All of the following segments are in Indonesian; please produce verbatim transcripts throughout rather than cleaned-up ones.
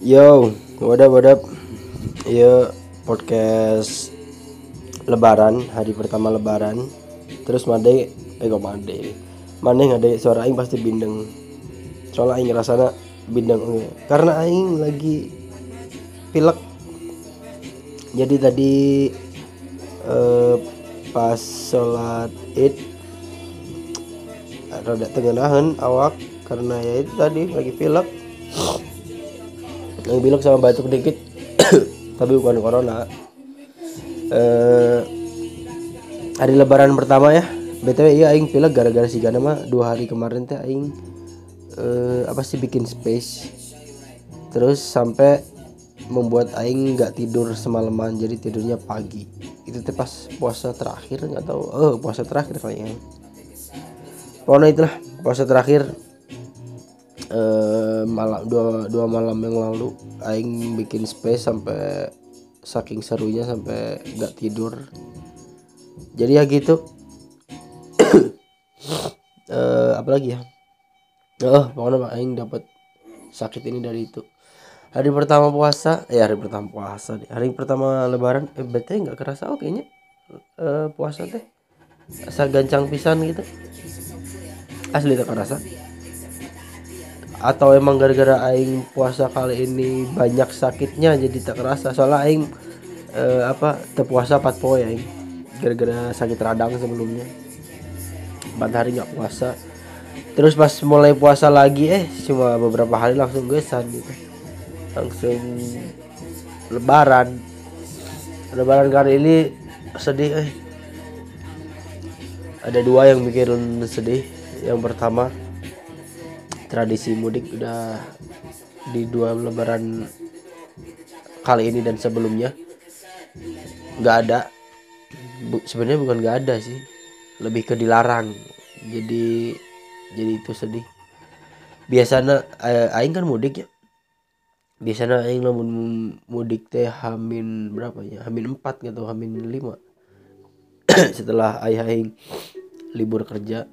Yo, what up, what up? Iya, podcast Lebaran, hari pertama Lebaran. Terus made, eh kok made Maneh ngade suara aing pasti bindeng. Soalnya aing ngerasana bindeng eh. Karena aing lagi pilek. Jadi tadi eh, pas sholat Id rada tengenahan awak karena ya itu tadi lagi pilek. Lagi pilek sama batuk dikit. Tapi bukan corona. Eh, hari lebaran pertama ya. B T W iya aing pilek gara-gara si Gana mah dua hari kemarin teh aing eh, apa sih bikin space. Terus sampai membuat aing nggak tidur semalaman, jadi tidurnya pagi. Itu teh pas puasa terakhir, nggak tahu. Oh, puasa terakhir kayaknya. Pokoknya itulah puasa terakhir eh, malam dua, dua malam yang lalu aing bikin space sampai saking serunya sampai nggak tidur. Jadi ya gitu. eh, apalagi ya? Oh, pokoknya aing dapat sakit ini dari itu. Hari pertama puasa, ya hari pertama puasa nih. Hari pertama lebaran, eh bete nggak kerasa oh kayaknya eh, puasa teh asa gancang pisan gitu. Asli tak kerasa. Atau emang gara-gara aing puasa kali ini banyak sakitnya jadi tak kerasa. Soalnya aing eh, apa terpuasa empat poe aing. Gara-gara sakit radang sebelumnya. empat hari nggak puasa. Terus pas mulai puasa lagi eh cuma beberapa hari langsung gesan gitu. Langsung lebaran. Lebaran kali ini sedih eh. Ada dua yang bikin sedih. Yang pertama, tradisi mudik udah di dua lebaran kali ini dan sebelumnya nggak ada. Bu, sebenarnya bukan nggak ada sih, lebih ke dilarang. Jadi jadi itu sedih. Biasanya eh, aing kan mudik ya. Biasanya aing lamun mudik teh hamin berapa ya? Hamin empat gitu, hamin lima. Setelah ayah aing libur kerja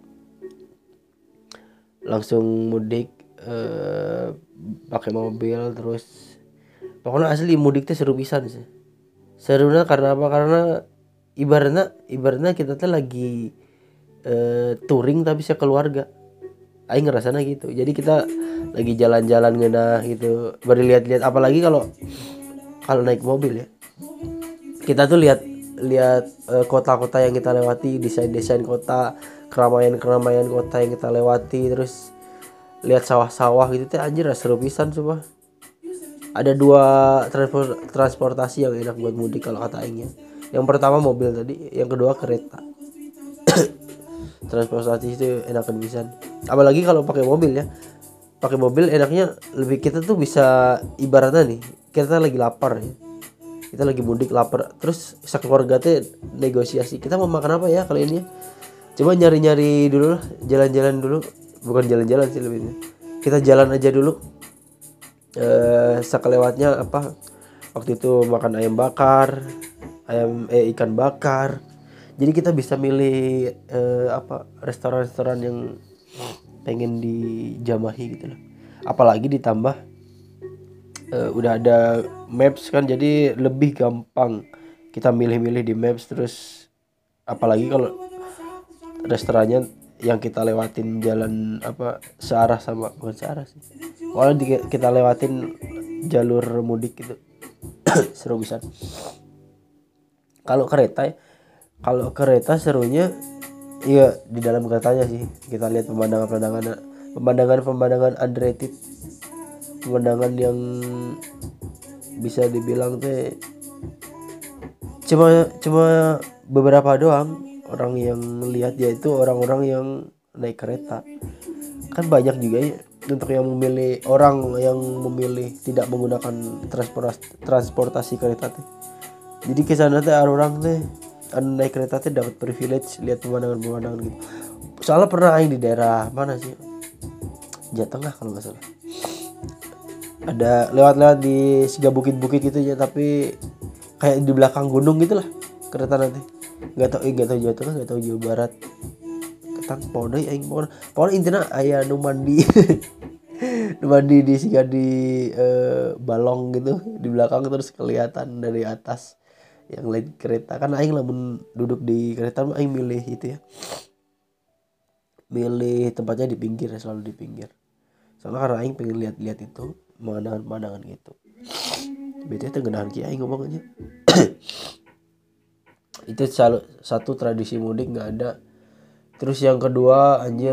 langsung mudik eh, pakai mobil. Terus pokoknya asli mudik teh seru pisan sih. Serunya karena apa? Karena ibaratnya ibaratnya kita tuh lagi eh, touring tapi sekeluarga. Aing ngerasana gitu. Jadi kita lagi jalan-jalan ngeunah gitu, baru lihat-lihat. Apalagi kalau kalau naik mobil ya. Kita tuh lihat lihat eh, kota-kota yang kita lewati, desain-desain kota, keramaian-keramaian kota yang kita lewati, terus lihat sawah-sawah gitu teh anjir seru pisan coba. Ada dua transport, transportasi yang enak buat mudik kalau kata aing ya. Yang pertama mobil tadi, yang kedua kereta. Transportasi itu enakan pisan. Apalagi kalau pakai mobil ya. Pakai mobil enaknya lebih, kita tuh bisa ibaratnya nih, kita lagi lapar ya. Kita lagi mudik lapar, terus sekeluarga tuh negosiasi, kita mau makan apa ya kali ini ya. Coba nyari-nyari dulu lah, jalan-jalan dulu. Bukan jalan-jalan sih lebihnya. Kita jalan aja dulu. Eh sekelewatnya apa? Waktu itu makan ayam bakar, ayam eh ikan bakar. Jadi kita bisa milih eh, apa restoran-restoran yang pengen dijamahi gitu loh. Apalagi ditambah uh, udah ada maps kan, jadi lebih gampang kita milih-milih di maps. Terus apalagi kalau restorannya yang kita lewatin jalan apa searah sama, bukan searah sih, kalau di, kita lewatin jalur mudik gitu. Seru bisa. Kalau kereta ya, kalau kereta serunya iya di dalam keretanya sih. Kita lihat pemandangan-pemandangan pemandangan-pemandangan underrated. Pemandangan yang bisa dibilang teh cuma cuma beberapa doang orang yang lihat, yaitu orang-orang yang naik kereta. Kan banyak juga ya untuk yang memilih, orang yang memilih tidak menggunakan transportasi transportasi kereta teh. Jadi kesana teh orang teh anu naik kereta teh dapat privilege lihat pemandangan-pemandangan gitu. Soalnya pernah aing di daerah mana sih? Jawa Tengah kalau nggak salah. Ada lewat-lewat di siga bukit-bukit gitu ya, tapi kayak di belakang gunung gitulah kereta nanti. Nggak tahu, nggak tahu Jawa Tengah, nggak tahu Jawa Barat. Ketang podai aing pokoknya. Pokoknya intinya aya nu mandi. mandi di singgah di eh, balong gitu di belakang terus kelihatan dari atas yang lain kereta kan aing lamun duduk di kereta mah aing milih itu ya, milih tempatnya di pinggir ya, selalu di pinggir soalnya karena aing pengen lihat-lihat itu pemandangan-pemandangan gitu. Beda itu genahan ki aing ngomong aja. Itu selalu satu tradisi mudik nggak ada. Terus yang kedua anjir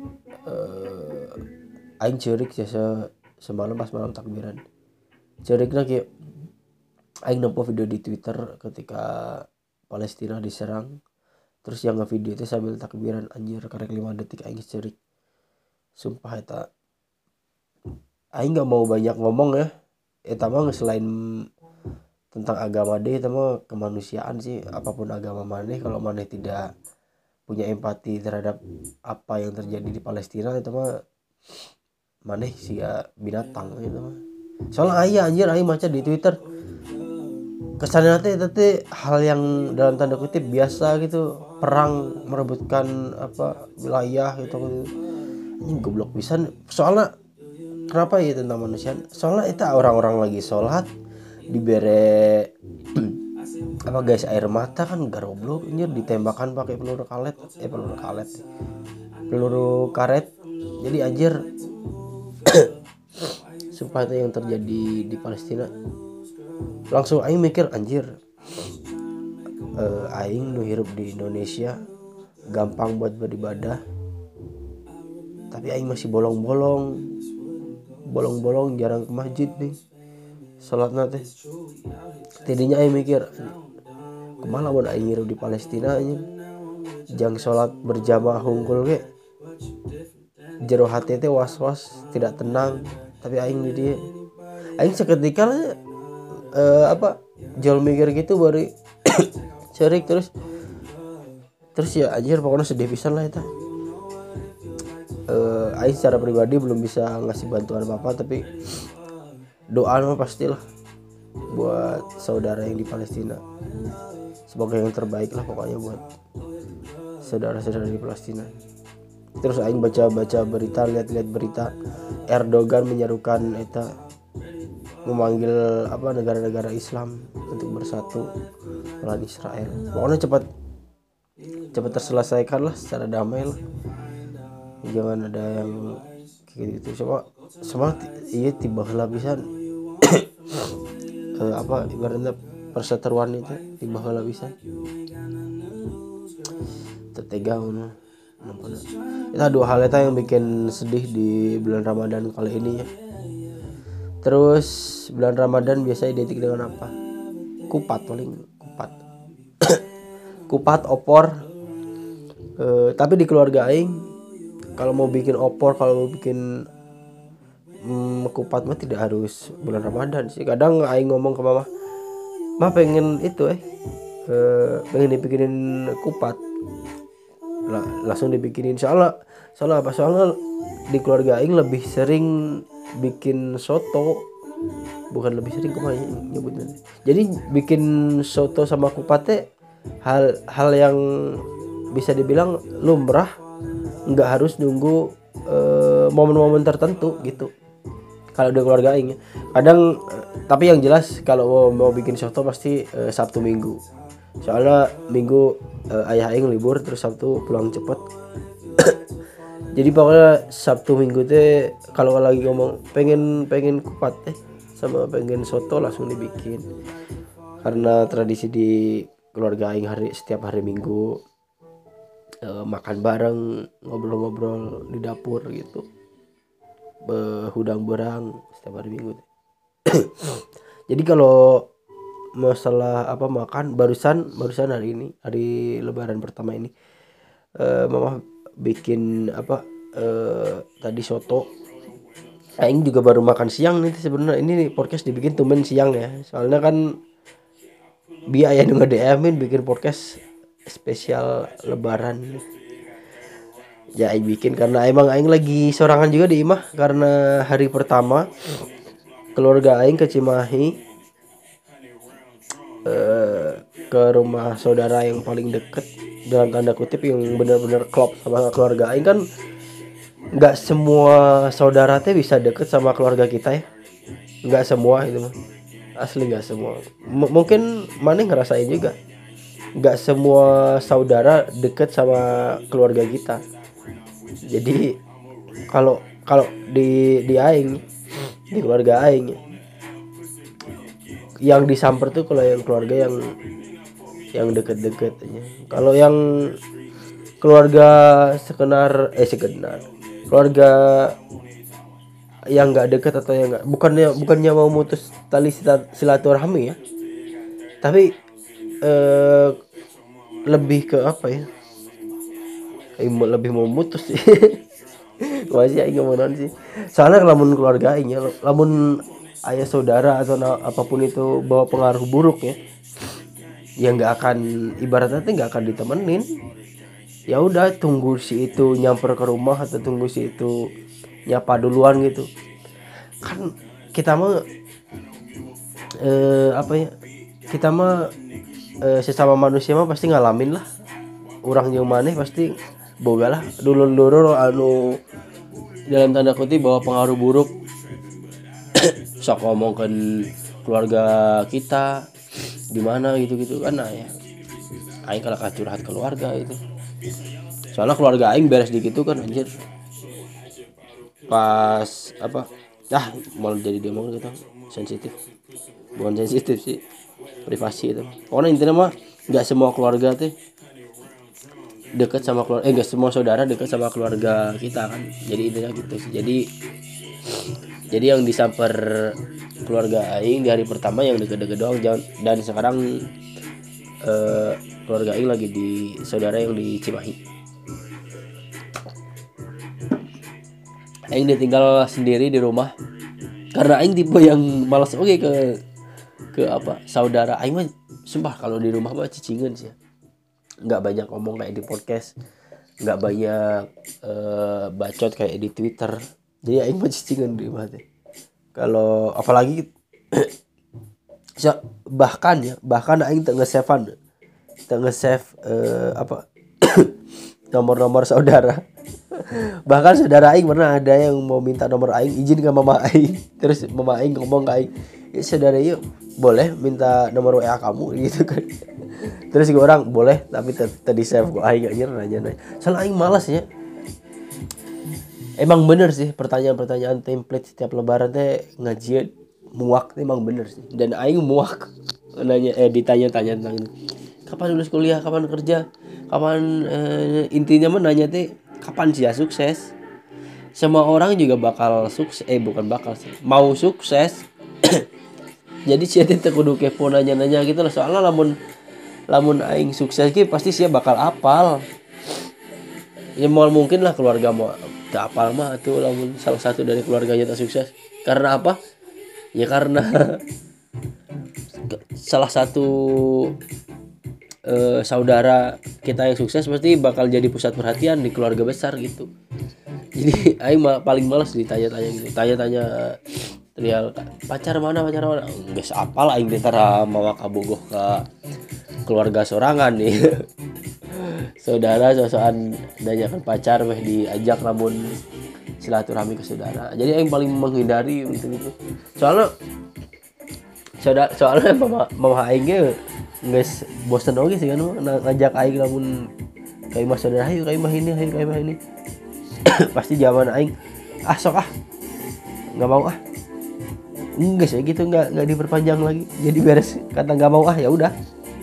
eh, aing cerik ya se- semalam pas malam takbiran ceriknya kayak aing nempo video di Twitter ketika Palestina diserang terus yang ngevideo itu sambil takbiran anjir karek lima detik aing cerik sumpah eta aing nggak mau banyak ngomong ya eta mah selain tentang agama deh eta mah kemanusiaan sih apapun agama maneh kalau maneh tidak punya empati terhadap apa yang terjadi di Palestina itu mah maneh sih ya binatang gitu mah. Soalnya ayah anjir aing maca di Twitter kesannya teh teh hal yang dalam tanda kutip biasa gitu, perang merebutkan apa wilayah gitu gitu. Anjing goblok pisan. Soalnya kenapa ya tentang manusia? Soalnya itu orang-orang lagi sholat dibere apa guys air mata kan garoblok anjir ditembakkan pakai peluru karet eh peluru karet peluru karet jadi anjir sumpah itu yang terjadi di Palestina langsung aing mikir anjir eh, aing nu hirup di Indonesia gampang buat beribadah tapi aing masih bolong-bolong bolong-bolong jarang ke masjid nih salatna teh tidinya aing mikir kemana mun aing hirup di Palestina anjing jang salat berjamaah hungkul ge jero hati teh was-was tidak tenang tapi aing di dia aing seketika eh, apa jual mikir gitu baru cerik terus terus ya anjir pokoknya sedih pisan lah itu eh, aing secara pribadi belum bisa ngasih bantuan apa-apa tapi doa mah pastilah buat saudara yang di Palestina semoga yang terbaik lah pokoknya buat saudara-saudara di Palestina. Terus aing baca-baca berita lihat-lihat berita Erdogan menyerukan eta memanggil apa negara-negara Islam untuk bersatu melawan Israel. Pokoknya cepat cepat terselesaikan lah secara damai lah. Jangan ada yang kayak gitu. Coba semua iya tiba heula pisan. eh, apa ibaratnya perseteruan itu tiba heula pisan. Tetega mana. Itu dua hal itu yang bikin sedih di bulan Ramadan kali ini ya. Terus bulan Ramadan biasa identik dengan apa? Kupat paling kupat. Kupat opor. E, tapi di keluarga aing kalau mau bikin opor, kalau mau bikin mm, kupat mah tidak harus bulan Ramadan sih. Kadang aing ngomong ke mama, "Mah pengen itu eh e, pengen dibikinin kupat." Lah, langsung dibikinin soalnya soalnya apa? Soalnya di keluarga aing lebih sering bikin soto bukan lebih sering kemana nyebutnya jadi bikin soto sama kupate hal hal yang bisa dibilang lumrah nggak harus nunggu uh, momen-momen tertentu gitu kalau di keluarga aing kadang uh, tapi yang jelas kalau mau, mau bikin soto pasti uh, Sabtu Minggu soalnya Minggu uh, ayah aing libur terus Sabtu pulang cepet jadi pokoknya Sabtu Minggu teh kalau lagi ngomong pengen pengen kupat eh sama pengen soto langsung dibikin karena tradisi di keluarga aing hari setiap hari Minggu eh, makan bareng ngobrol-ngobrol di dapur gitu behudang-berang setiap hari Minggu jadi kalau masalah apa makan barusan barusan hari ini hari Lebaran pertama ini eh, mama bikin apa eh, tadi soto aing juga baru makan siang nih sebenarnya ini nih, podcast dibikin tumben siang ya soalnya kan biaya nu nge-D M-in bikin podcast spesial Lebaran ya aing bikin karena emang aing lagi sorangan juga di imah karena hari pertama keluarga aing ke Cimahi eh, ke rumah saudara yang paling deket dalam tanda kutip yang benar-benar klop sama keluarga aing kan nggak semua saudara teh bisa deket sama keluarga kita ya, nggak semua itu mah, asli nggak semua. M- mungkin mana ngerasain juga, nggak semua saudara deket sama keluarga kita. Jadi kalau kalau di di aing, di keluarga aing, yang disamper tuh kalau yang keluarga yang yang deket-deket aja. Kalau yang keluarga sekenar eh sekenar keluarga yang nggak deket atau yang nggak, bukannya bukannya mau mutus tali sila- silaturahmi ya, tapi eh, lebih ke apa ya, Eh, mau- lebih mau mutus sih. Masih aing ngomong sih, soalnya lamun keluarga aing ya, lamun ayah saudara atau na- apapun itu bawa pengaruh buruk ya, ya nggak akan, ibaratnya tuh nggak akan ditemenin. Ya udah, tunggu si itu nyamper ke rumah atau tunggu si itu nyapa duluan gitu kan. Kita mah eh, apa ya, kita mah eh, sesama manusia mah pasti ngalamin lah, orang yang maneh pasti boga lah dulur-dulur anu dalam tanda kutip bawa pengaruh buruk, sok ngomongkan keluarga kita di mana gitu-gitu kan. Nah ya aing kalau curhat keluarga itu, soalnya keluarga aing beres di gitu kan anjir, pas apa ah mau jadi dia mau gitu sensitif, bukan sensitif sih, privasi itu. Pokoknya intinya mah nggak semua keluarga teh deket sama keluarga, eh nggak semua saudara deket sama keluarga kita kan. Jadi intinya gitu sih. Jadi jadi yang disamper keluarga aing di hari pertama yang deket-deket doang, jangan. Dan sekarang eh, keluarga aing lagi di saudara yang di Cimahi. Aing ditinggal sendiri di rumah karena aing tipe yang malas oke ke ke apa saudara aing mah. Sumpah kalau di rumah mah cicingan sih ya, nggak banyak ngomong kayak di podcast, nggak banyak eh, bacot kayak di Twitter. Jadi aing mah cicingan di rumah teh. Kalau apalagi bahkan ya, bahkan aing tak nge-save-an, tak nge-save eh, apa nomor-nomor saudara. Bahkan saudara aing pernah ada yang mau minta nomor aing, izin ke mama aing. Terus mama aing ngomong ke aing, ya saudara yuk boleh minta nomor W A kamu gitu kan. Terus gue orang boleh tapi tadi save gue aing aja nanya-nanya. Soalnya aing malas ya. Emang bener sih pertanyaan-pertanyaan template setiap lebaran teh ngajian muak, emang bener sih. Dan aing muak nanya eh ditanya-tanya tentang ini. Kapan lulus kuliah, kapan kerja, kapan eh, intinya mah nanya teh kapan sih ya sukses. Semua orang juga bakal sukses, eh bukan bakal sih, mau sukses. Jadi sih teh kudu kepo nanya-nanya gitu lah. Soalnya lamun lamun aing sukses ki pasti sih bakal apal. Ya mau mungkin lah keluarga mau tak apal mah tuh lamun salah satu dari keluarganya tak sukses. Karena apa? Ya karena salah satu eh, saudara kita yang sukses pasti bakal jadi pusat perhatian di keluarga besar gitu. Jadi aing mah paling males ditanya-tanya gitu. Tanya-tanya trial pacar mana pacar mana. Geus apal aing teh tara mawa kabogoh ka keluarga sorangan nih. Saudara sosokan nanyakan pacar meh diajak namun silaturahmi ke saudara. Jadi aing paling menghindari gitu gitu. Soalnya soalnya soalnya mama mama aing ge geus bosen oge sih kan ngajak aing lamun ka imah saudara, ayo ka imah ini, ayo ka imah ini. Pasti zaman aing ah sok ah nggak mau ah, enggak sih gitu, nggak nggak diperpanjang lagi, jadi beres kata nggak mau ah ya udah.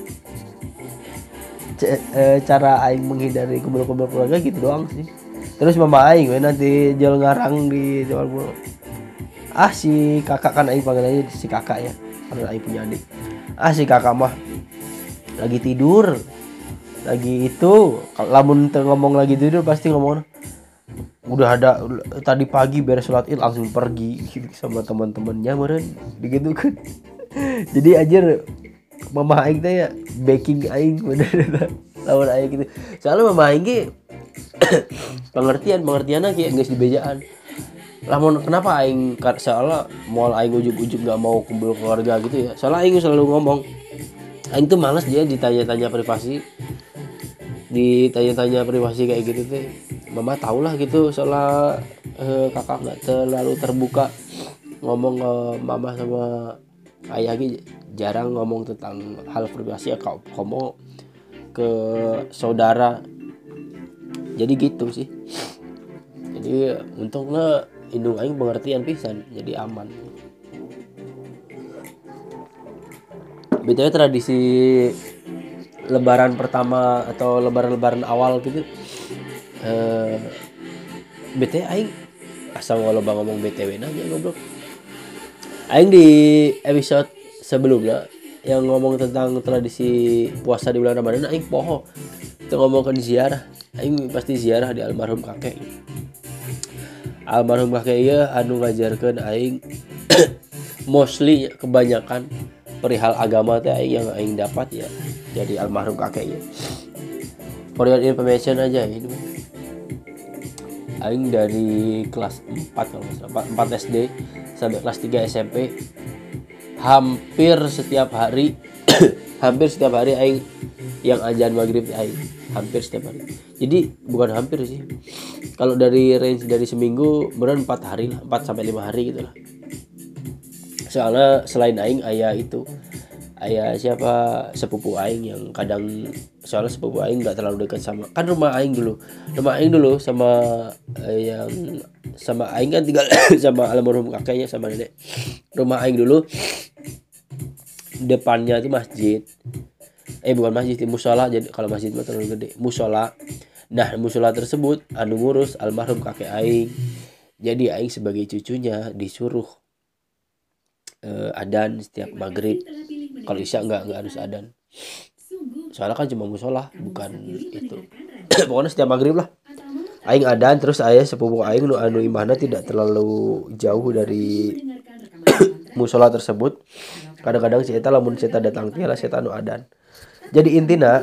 C- e, cara aing menghindari kumpul-kumpul keluarga gitu doang sih. Terus mama aing we nanti jual ngarang di jual mulu, ah si kakak kan aing panggil aja si kakak ya karena aing punya adik. Ah si kakak mah lagi tidur, lagi itu lamun ngomong lagi tidur pasti ngomong udah ada tadi pagi beres sholat id langsung pergi gitu sama teman-temannya meren begitu kan. Jadi ajar mama aing teh ya backing aing bener lawan aing gitu. Soalnya mama aing ge pengertian pengertiannya kayak geus dibejaan. Lamun kenapa aing soalnya moal aing ujug-ujug enggak mau kumpul keluarga gitu ya. Soalnya aing selalu ngomong aing tuh malas dia ditanya-tanya privasi. Ditanya-tanya privasi kayak gitu teh. mama tau lah gitu soalnya eh, kakak nggak terlalu terbuka ngomong ke mama sama ayah gitu, jarang ngomong tentang hal privasi ya kau komo ke saudara, jadi gitu sih. Jadi untungnya indung aing pengertian pisan jadi aman. B T W tradisi lebaran pertama atau lebaran-lebaran awal gitu eh B T W aing asal ngoloba ngomong B T W aja goblok. Aing di episode sebelumnya yang ngomong tentang tradisi puasa di bulan Ramadan aing poho itu ngomongkan ziarah. Aing pasti ziarah di almarhum kakek. Almarhum kakek ya anu ngajarkeun aing mostly kebanyakan perihal agama teh aing yang aing dapat ya jadi almarhum kakek ya. For your information aja ini aing dari kelas empat kalau nggak salah empat S D sampai kelas tiga S M P hampir setiap hari hampir setiap hari aing yang azan maghrib aing hampir setiap hari. Jadi bukan hampir sih, kalau dari range dari seminggu beneran empat hari lah, empat sampai lima hari gitu lah. Soalnya selain aing ayah itu ayah siapa sepupu aing yang kadang, soalnya sepupu aing nggak terlalu dekat sama kan rumah aing dulu rumah aing dulu sama eh, yang sama aing kan tinggal sama almarhum kakeknya sama nenek. Rumah aing dulu depannya itu masjid, eh bukan masjid, musola. Jadi kalau masjid mah terlalu gede, musola. Nah musola tersebut anu ngurus almarhum kakek aing. Jadi aing sebagai cucunya disuruh uh, adan setiap maghrib. Kalau isya nggak nggak harus adan. Soalnya kan cuma musola, bukan itu. Pokoknya setiap maghrib lah. Aing adan terus ayah sepupu aing nu anu imahna tidak terlalu jauh dari musola tersebut. Kadang-kadang si eta lamun si eta datang teh lah si eta anu adan. Jadi intina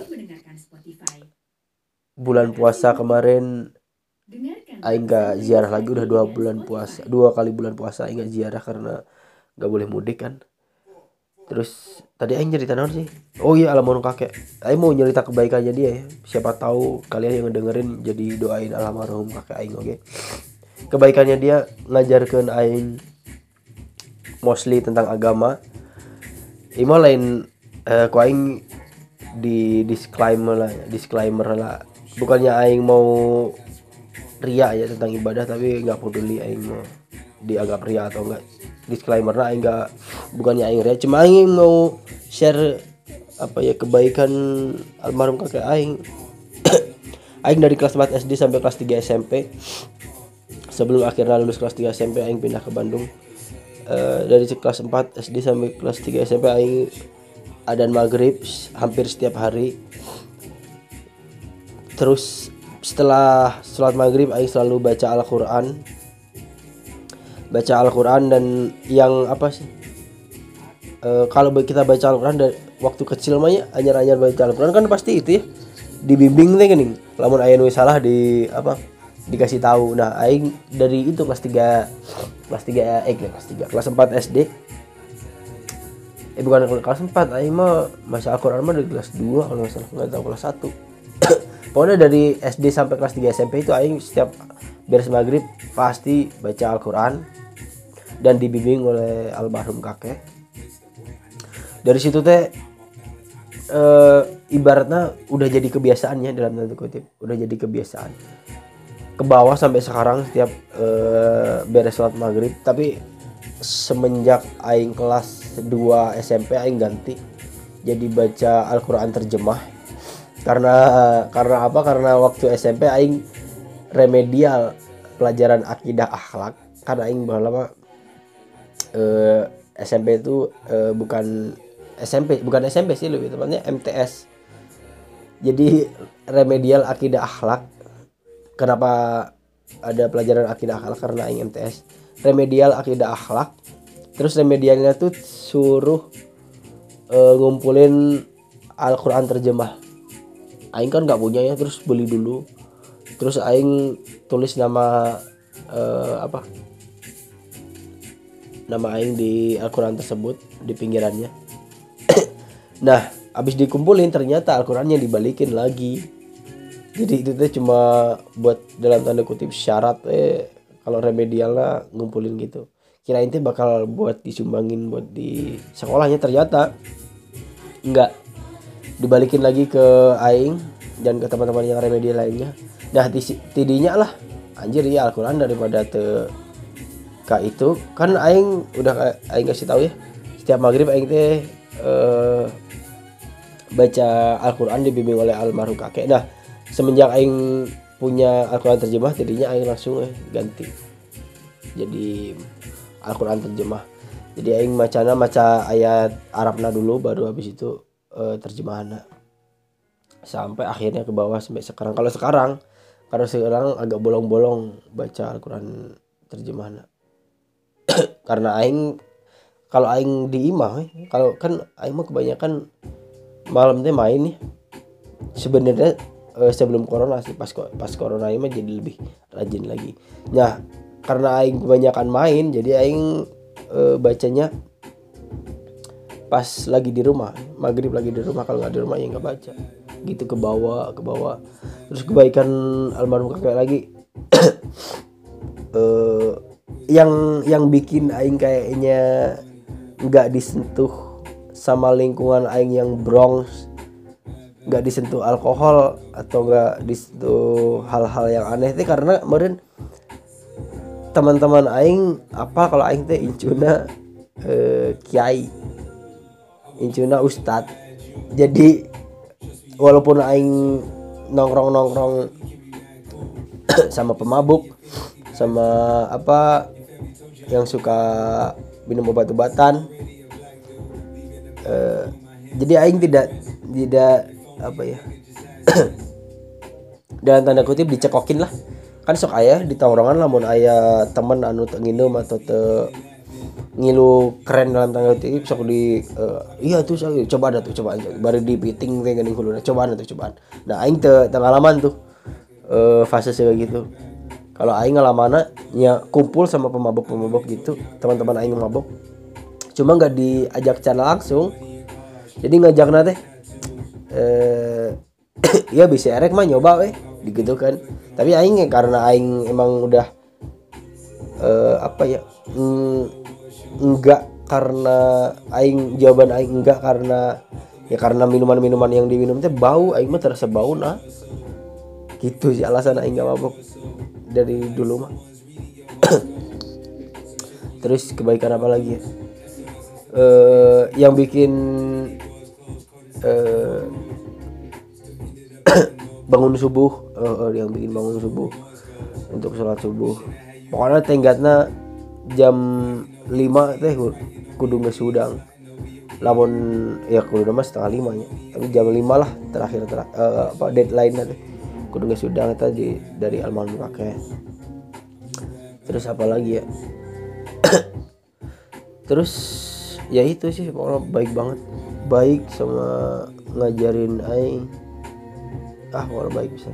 bulan puasa kemarin aing gak ziarah lagi, udah dua bulan puasa, dua kali bulan puasa aing gak ziarah karena gak boleh mudik kan. Terus tadi aing cerita naon sih? Oh iya almarhum kakek. Aing mau nyerita kebaikannya dia ya. Siapa tahu kalian yang ngedengerin jadi doain almarhum kakek aing oke. Okay? Kebaikannya dia ngajarkeun aing mostly tentang agama. Ima lain eh, ku aing di disclaimer lah, disclaimer lah. Bukannya aing mau ria ya tentang ibadah, tapi nggak peduli aing mau dianggap ria atau enggak. Disclaimer lah aing nggak, bukannya aing ria, cuma aing mau share apa ya kebaikan almarhum kakek aing. Aing dari kelas empat S D sampai kelas tiga S M P. Sebelum akhirnya lulus kelas tiga S M P aing pindah ke Bandung. Uh, dari kelas empat S D sampai kelas tiga S M P aing adzan maghrib hampir setiap hari. Terus setelah sholat maghrib aing selalu baca Al-Quran, baca Al-Quran dan yang apa sih e, kalau kita baca Al-Quran dari waktu kecil mah ya anyar-anyar baca Al-Quran kan pasti itu ya dibimbing teh geuning, lamun aya nu salah di apa dikasih tahu. Nah aing dari itu kelas tiga kelas tiga eh kelas tiga kelas empat S D eh bukan kelas empat, aing mah baca Al-Quran mah dari kelas dua kalau enggak salah, enggak tahu kelas satu. Pokoknya dari S D sampai kelas tiga S M P itu aing setiap beres maghrib pasti baca Al-Quran dan dibimbing oleh almarhum kakek. Dari situ teh e, ibaratnya udah jadi kebiasaannya dalam tanda kutip, udah jadi kebiasaan. Ke bawah sampai sekarang setiap e, beres sholat maghrib. Tapi semenjak aing kelas dua S M P aing ganti jadi baca Al-Quran terjemah. Karena karena apa? Karena waktu S M P aing remedial pelajaran akidah akhlak. Karena aing baheula eh, S M P itu eh, bukan S M P, bukan S M P sih lebih tepatnya M T S. Jadi remedial akidah akhlak. Kenapa ada pelajaran akidah akhlak? Karena aing M T S. Remedial akidah akhlak. Terus remedialnya tuh suruh eh, ngumpulin Al-Quran terjemah. Aing kan nggak punya ya, terus beli dulu. Terus aing tulis nama uh, apa? Nama aing di Al-Quran tersebut di pinggirannya. Nah, abis dikumpulin ternyata Al-Qurannya dibalikin lagi. Jadi itu tuh cuma buat dalam tanda kutip syarat eh kalau remedialnya ngumpulin gitu. Kirain teh bakal buat disumbangin buat di sekolahnya, ternyata enggak, dibalikin lagi ke aing dan ke teman-teman yang remedial lainnya. Nah tidinya lah anjir ya Al-Quran daripada te ka itu kan aing udah aing kasih tahu ya, setiap maghrib aing teh eh, baca Al-Quran dibimbing oleh almarhum kakek. Nah semenjak aing punya Al-Quran terjemah, jadinya aing langsung eh, ganti jadi Al-Quran terjemah. Jadi aing macana maca ayat Arabna dulu, baru habis itu eh, terjemahannya sampai akhirnya ke bawah sampai sekarang. Kalau sekarang kalau sekarang agak bolong-bolong baca Al-Quran terjemahannya karena aing kalau aing di imah eh, kalau kan aing mah kebanyakan malam teh main nih sebenarnya eh, sebelum corona sih, pas pas corona ini mah jadi lebih rajin lagi. Nah karena aing kebanyakan main, jadi aing e, bacanya pas lagi di rumah, maghrib lagi di rumah. Kalau nggak di rumah ya nggak baca, gitu ke bawah ke bawah. Terus kebaikan almarhum kakek lagi e, yang yang bikin aing kayaknya nggak disentuh sama lingkungan aing yang Bronx, nggak disentuh alkohol atau nggak disentuh hal-hal yang aneh itu karena kemarin teman-teman aing apa kalau aing teh incuna eh, kiai, incuna ustad. Jadi walaupun aing nongkrong-nongkrong sama pemabuk, sama apa yang suka minum obat-obatan, eh, jadi aing tidak tidak apa ya dalam tanda kutip dicekokin lah. Kan sok aya di tongkrongan lamun aya temen anu teu nginum atau teu ngilu keren dalam tanda kutip sok di uh, iya tuh sok coba ada tuh cobaan baru di piting teh geuning huluna cobaan atuh cobaan. Nah aing teu pengalaman tuh uh, fase kayak gitu. Kalau aing ngalamanna nya kumpul sama pemabok-pemabok gitu, teman-teman aing mabok. Cuma enggak diajak secara langsung. Jadi ngajakna teh eh ya bisa erek mah nyoba weh gitu kan. Tapi aing karena aing emang udah uh, apa ya mm, enggak karena aing jawaban aing enggak karena ya karena minuman-minuman yang diminum teh bau, aing mah terasa bau nah gitu sih alasan aing gak mabok dari dulu mah. Terus kebaikan apa lagi ya uh, yang bikin uh, bangun subuh, uh, uh, yang bikin bangun subuh untuk sholat subuh. Pokoknya tenggatna jam lima teh kudu geus udang. Lamun ya kudu mah setengah lima nya. Tapi jam lima lah terakhir ter, uh, apa deadline-na teh. Kudu geus udang eta di dari almarhum kakek. Terus apa lagi ya? Terus ya itu sih pokoknya baik banget. Baik sama ngajarin aing. Ah orang baik bisa.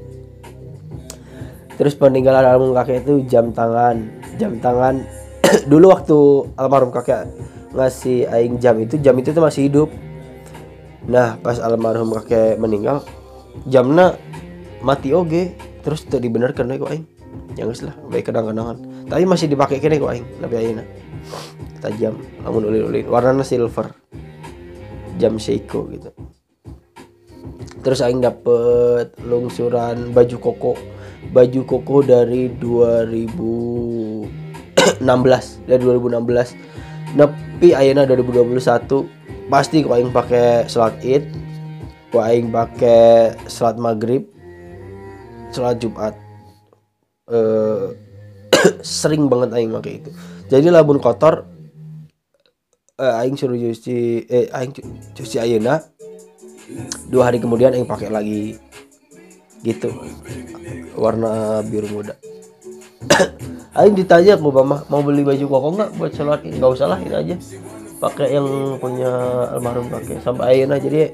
Terus peninggalan almarhum kakek itu jam tangan, jam tangan. Dulu waktu almarhum kakek ngasih aing jam itu, jam itu tuh masih hidup. Nah pas almarhum kakek meninggal, jamna mati oge. Terus tuh dibenerkan kok aing. Ya geus lah, baik kenang-kenangan. Tapi masih dipakai kene kok aing, nabi ayeuna. Tajam, lamun ulin-ulin, warnanya silver. Jam Seiko gitu. Terus aing dapet lungsuran baju koko. Baju koko dari dua ribu enam belas, dari dua ribu enam belas. Nepi ayeuna dua ribu dua puluh satu pasti kok aing pakai salat Id, kok aing pakai salat Maghrib, salat Jumat. Eh sering banget aing pakai itu. Jadi labun kotor eh, aing suruh cuci eh aing cuci ayeuna. Dua hari kemudian aing pakai lagi gitu, warna biru muda. Aing ditanya ke mama mau beli baju koko nggak buat sholat ini, nggak usah lah ini aja pakai yang punya almarhum pakai sampai ayeuna. Jadi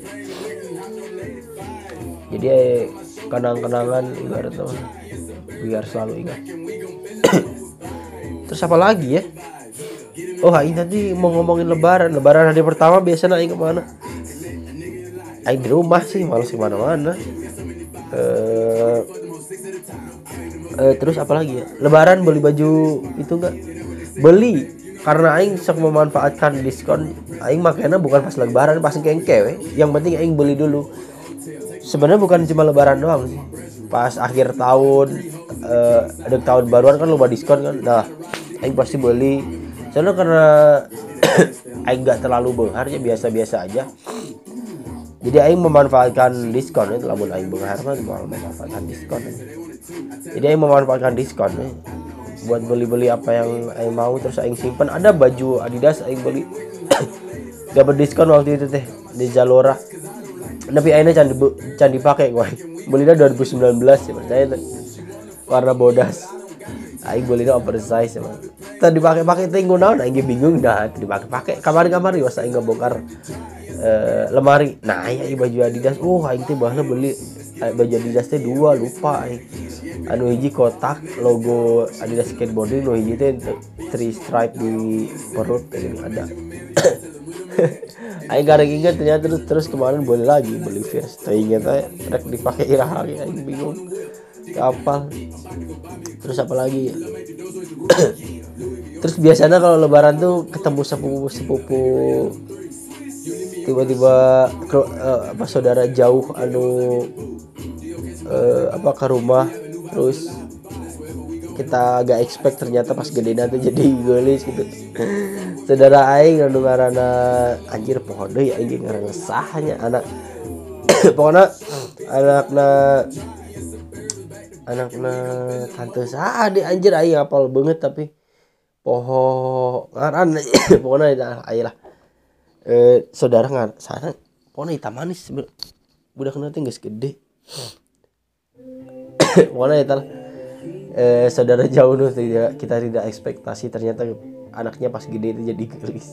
jadi kenang-kenangan ibarat teman biar selalu ingat. Terus apa lagi ya? Oh aing tadi mau ngomongin lebaran. Lebaran hari pertama biasanya aing kemana? Aing di rumah sih, malas kemana-mana. eh eh, terus apa lagi ya, lebaran beli baju itu enggak beli karena aing sok memanfaatkan diskon. Aing makanya bukan pas lebaran, pas kengke we. Yang penting aing beli dulu. Sebenarnya bukan cuma lebaran doang sih, pas akhir tahun eh, ada tahun baruan kan lupa diskon kan. Nah aing pasti beli soalnya karena aing nggak terlalu benghar ya, biasa-biasa aja. Jadi aing memanfaatkan diskon ya, lamun aing benghar mah memanfaatkan diskon ya. Jadi aing memanfaatkan diskon ya, buat beli-beli apa yang aing mau, terus aing simpan. Ada baju Adidas aing beli dapat diskon waktu itu teh di Zalora. Tapi akhirnya can can dipakai gua. Belinya dua ribu sembilan belas ya percaya tuh. Warna bodas. Aing belinya oversize ya. Tadi dipakai-pakai teh naon aing bingung dah dipakai-pakai. Kamari-kamari was aing ngebongkar uh, lemari. Nah, ya baju Adidas. Oh, aing teh baheula beli baju Adidas teh dua lupa aing. Anu hiji kotak logo Adidas skateboarding, nu hiji teh three stripe di perut kayak ada. Aing gareng inget ternyata terus terus kemarin beli lagi beli Fierce. Teh inget aja rek dipakai iraha lagi aing bingung. Kapal. Terus apa lagi ya? Terus biasanya kalau lebaran tuh ketemu sepupu-sepupu, tiba-tiba uh, apa saudara jauh anu uh, apa ke rumah, terus kita agak expect ternyata pas gede nanti jadi gelis gitu. Saudara aing anu ngaranna anjir pohon deui aing ngaranna sahnya anak pokoknya anakna anakna tante sah di anjir aing apal banget tapi poho ngaran pokoknya eta aya lah. Eh saudara ngan sana pokoknya hitam manis budakna teh geus gede. Pokoknya eta eh saudara jauh tuh tidak, kita tidak ekspektasi ternyata anaknya pas gede itu jadi gelis.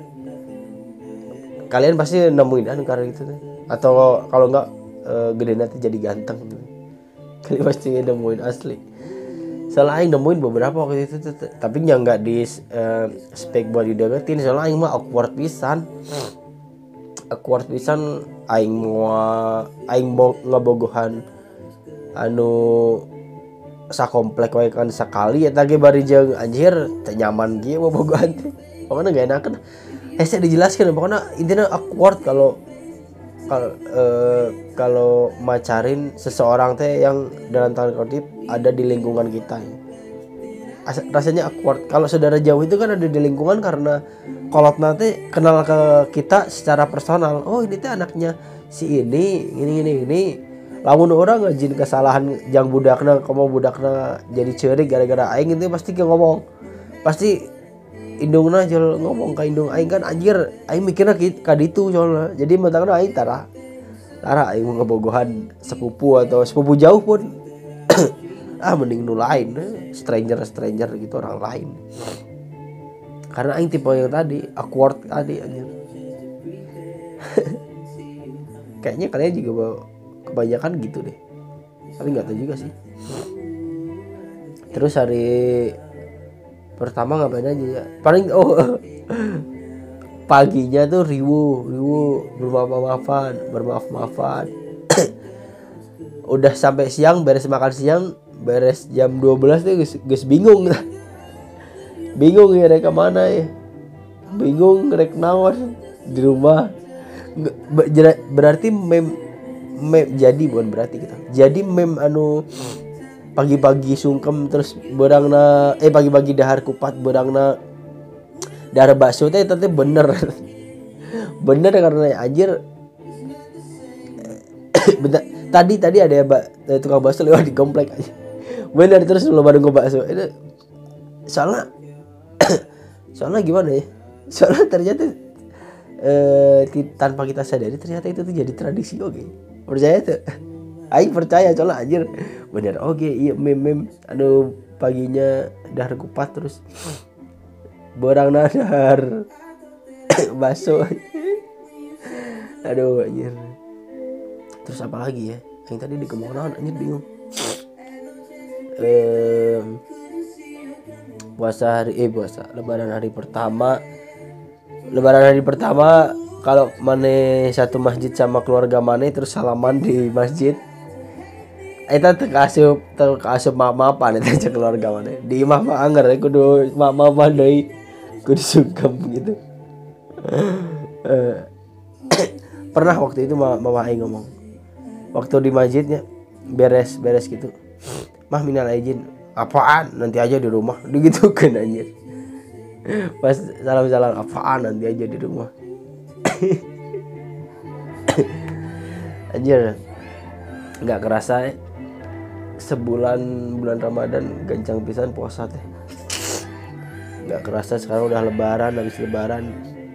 Kalian pasti nemuin kan karena itu tuh. Atau kalau enggak e, gede nanti jadi ganteng. Kalian pasti nemuin asli. Soalnya aing nemuin beberapa waktu itu tuh, tapi yang enggak di e, spek buat dideketin. Soalnya aing mah awkward pisan. Awkward pisan aing mau aing mau ngebogohan anu sakomplek wae kan sekali eta ge bari jeung anjir teu nyaman ge bobogohan teh. Pokona gak enakeun. Hese dijelaskeun pokona intinya awkward kalau kalau eh, kalau macarin seseorang teh yang dalam tanda kutip ada di lingkungan kita. As- rasanya awkward. Kalau saudara jauh itu kan ada di lingkungan karena kolotna teh kenal ke kita secara personal. Oh, ini teh anaknya si ini, ini ini ini. Lamun orang ngajin kesalahan jang budakna komo budakna jadi ceurik gara-gara aing itu pasti ke ngomong. Pasti indungna jol ngomong ka indung aing kan anjir aing mikirna ka ditu soalna. Jadi mentangna aing tara. Tara aing ngebogohan sepupu atau sepupu jauh pun ah mending nu lain, stranger-stranger gitu orang lain. Karena aing tipe yang tadi awkward tadi anjir. Kayaknya kalian juga bawa kebanyakan gitu deh, tapi nggak tahu juga sih. Terus hari pertama ngapain aja ya, paling oh paginya tuh riwu riwu bermaaf-maafan bermaaf-maafan udah sampai siang beres makan siang, beres jam dua belas tuh guys, guys bingung bingung ya rek kemana ya, bingung rek naon di rumah. Berarti mem mem jadi bukan berarti kita jadi mem anu pagi-pagi sungkem terus berangna eh pagi-pagi dahar kupat berangna dahar bakso teh teh bener bener karena anjir bentar, tadi tadi ada ya mbak tukang bakso lewat di komplek aja bener terus lo baru ngebakso itu soalnya soalnya gimana ya soalnya ternyata eh, tanpa kita sadari ternyata itu tuh jadi tradisi oke okay. Percaya tuh aing percaya soalnya anjir bener oke okay, iya mem mem aduh paginya dahar kupat terus borang dahar bakso aduh anjir. Terus apa lagi ya yang tadi di kemohonan anjir bingung. eh puasa hari eh puasa lebaran hari pertama lebaran hari pertama kalau mane satu masjid sama keluarga mane terus salaman di masjid Eta teu kaasup teu kaasup maaf-maafan eta cek keluarga mana. Di imah mah anger kudu maaf-maafan deui. Kudu sungkem gitu. Pernah waktu itu mama aing ngomong. Waktu di masjidnya beres-beres gitu. Mah minal izin. Apaan? Nanti aja di rumah. Digitukeun anjir. Pas salam-salam apaan nanti aja di rumah. Anjir. Enggak kerasa ya. Sebulan bulan Ramadan gancang pisan puasa teh. Enggak kerasa sekarang udah lebaran, habis lebaran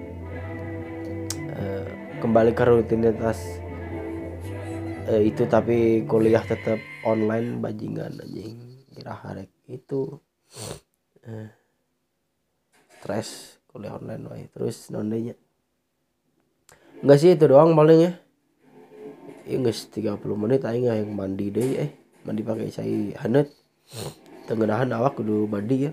e, kembali ke rutinitas e, itu tapi kuliah tetap online bajingan anjing. Kira-kira itu e, stres kuliah online wae terus nondenya. Enggak sih itu doang paling ya. Ya geus tiga puluh menit aing yang mandi deui eh. Mandi pakai cai haneut. Tengenahan awak kudu mandi ya.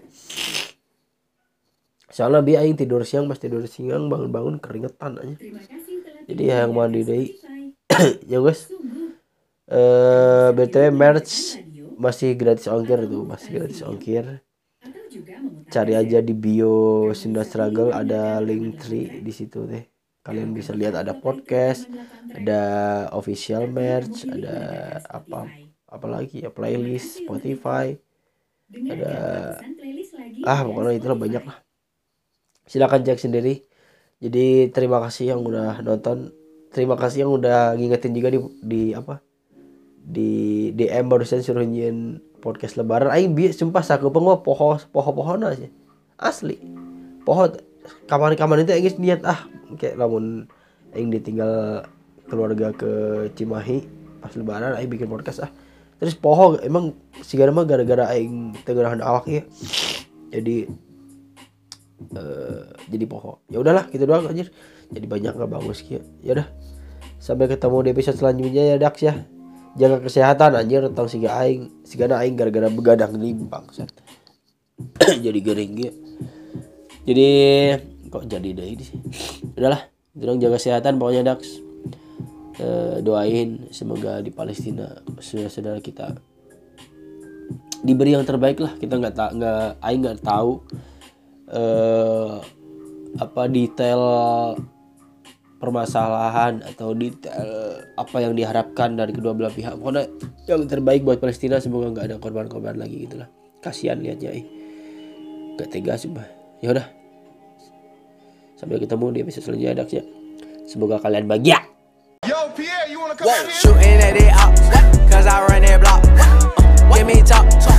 Soalnya bi aing tidur siang pas tidur siang bangun-bangun keringetan aja. Jadi yang mandi deui. Ya guys. Eh B T W merch masih gratis ongkir tuh, masih gratis ongkir. Cari aja di bio Sunda Struggle ada link tree di situ deh. Kalian bisa lihat ada podcast, ada official merch, ada apa apalagi ya playlist Spotify, ada ah pokoknya itulah banyak lah. Silakan cek sendiri. Jadi terima kasih yang udah nonton, terima kasih yang udah ngingetin juga di di apa di D M barusan suruh nyin podcast lebaran. Aing bi sumpah sakeupeng mah poho poho-pohona sih. Asli. Poho kamar-kamar itu aing niat ah kayak lamun aing ditinggal keluarga ke Cimahi pas lebaran aing bikin podcast ah. Terus poho emang sigana mah gara-gara aing tengeunahan awak ya. Jadi uh, jadi poho. Ya udahlah gitu doang anjir. Jadi banyak enggak bagus kieu. Ya udah. Sampai ketemu di episode selanjutnya ya Dax ya. Jaga kesehatan anjir tentang siga aing. Sigana aing gara-gara begadang nih bangsat. Jadi gering gitu. Jadi kok jadi deui sih. Udahlah, tolong jaga kesehatan pokoknya Dax. E, doain semoga di Palestina saudara-saudara kita diberi yang terbaik lah. Kita nggak tak nggak aing nggak tahu eh, apa detail permasalahan atau detail apa yang diharapkan dari kedua belah pihak. Pokoknya yang terbaik buat Palestina, semoga nggak ada korban-korban lagi gitulah. Kasihan lihatnya eh. Gak tega sumpah. Ya udah. Sampai ketemu di episode selanjutnya Dax ya. Semoga kalian bahagia. Yo, Pierre, you wanna come out here? Shooting at it out, cause I run that block. Uh, give me top, top.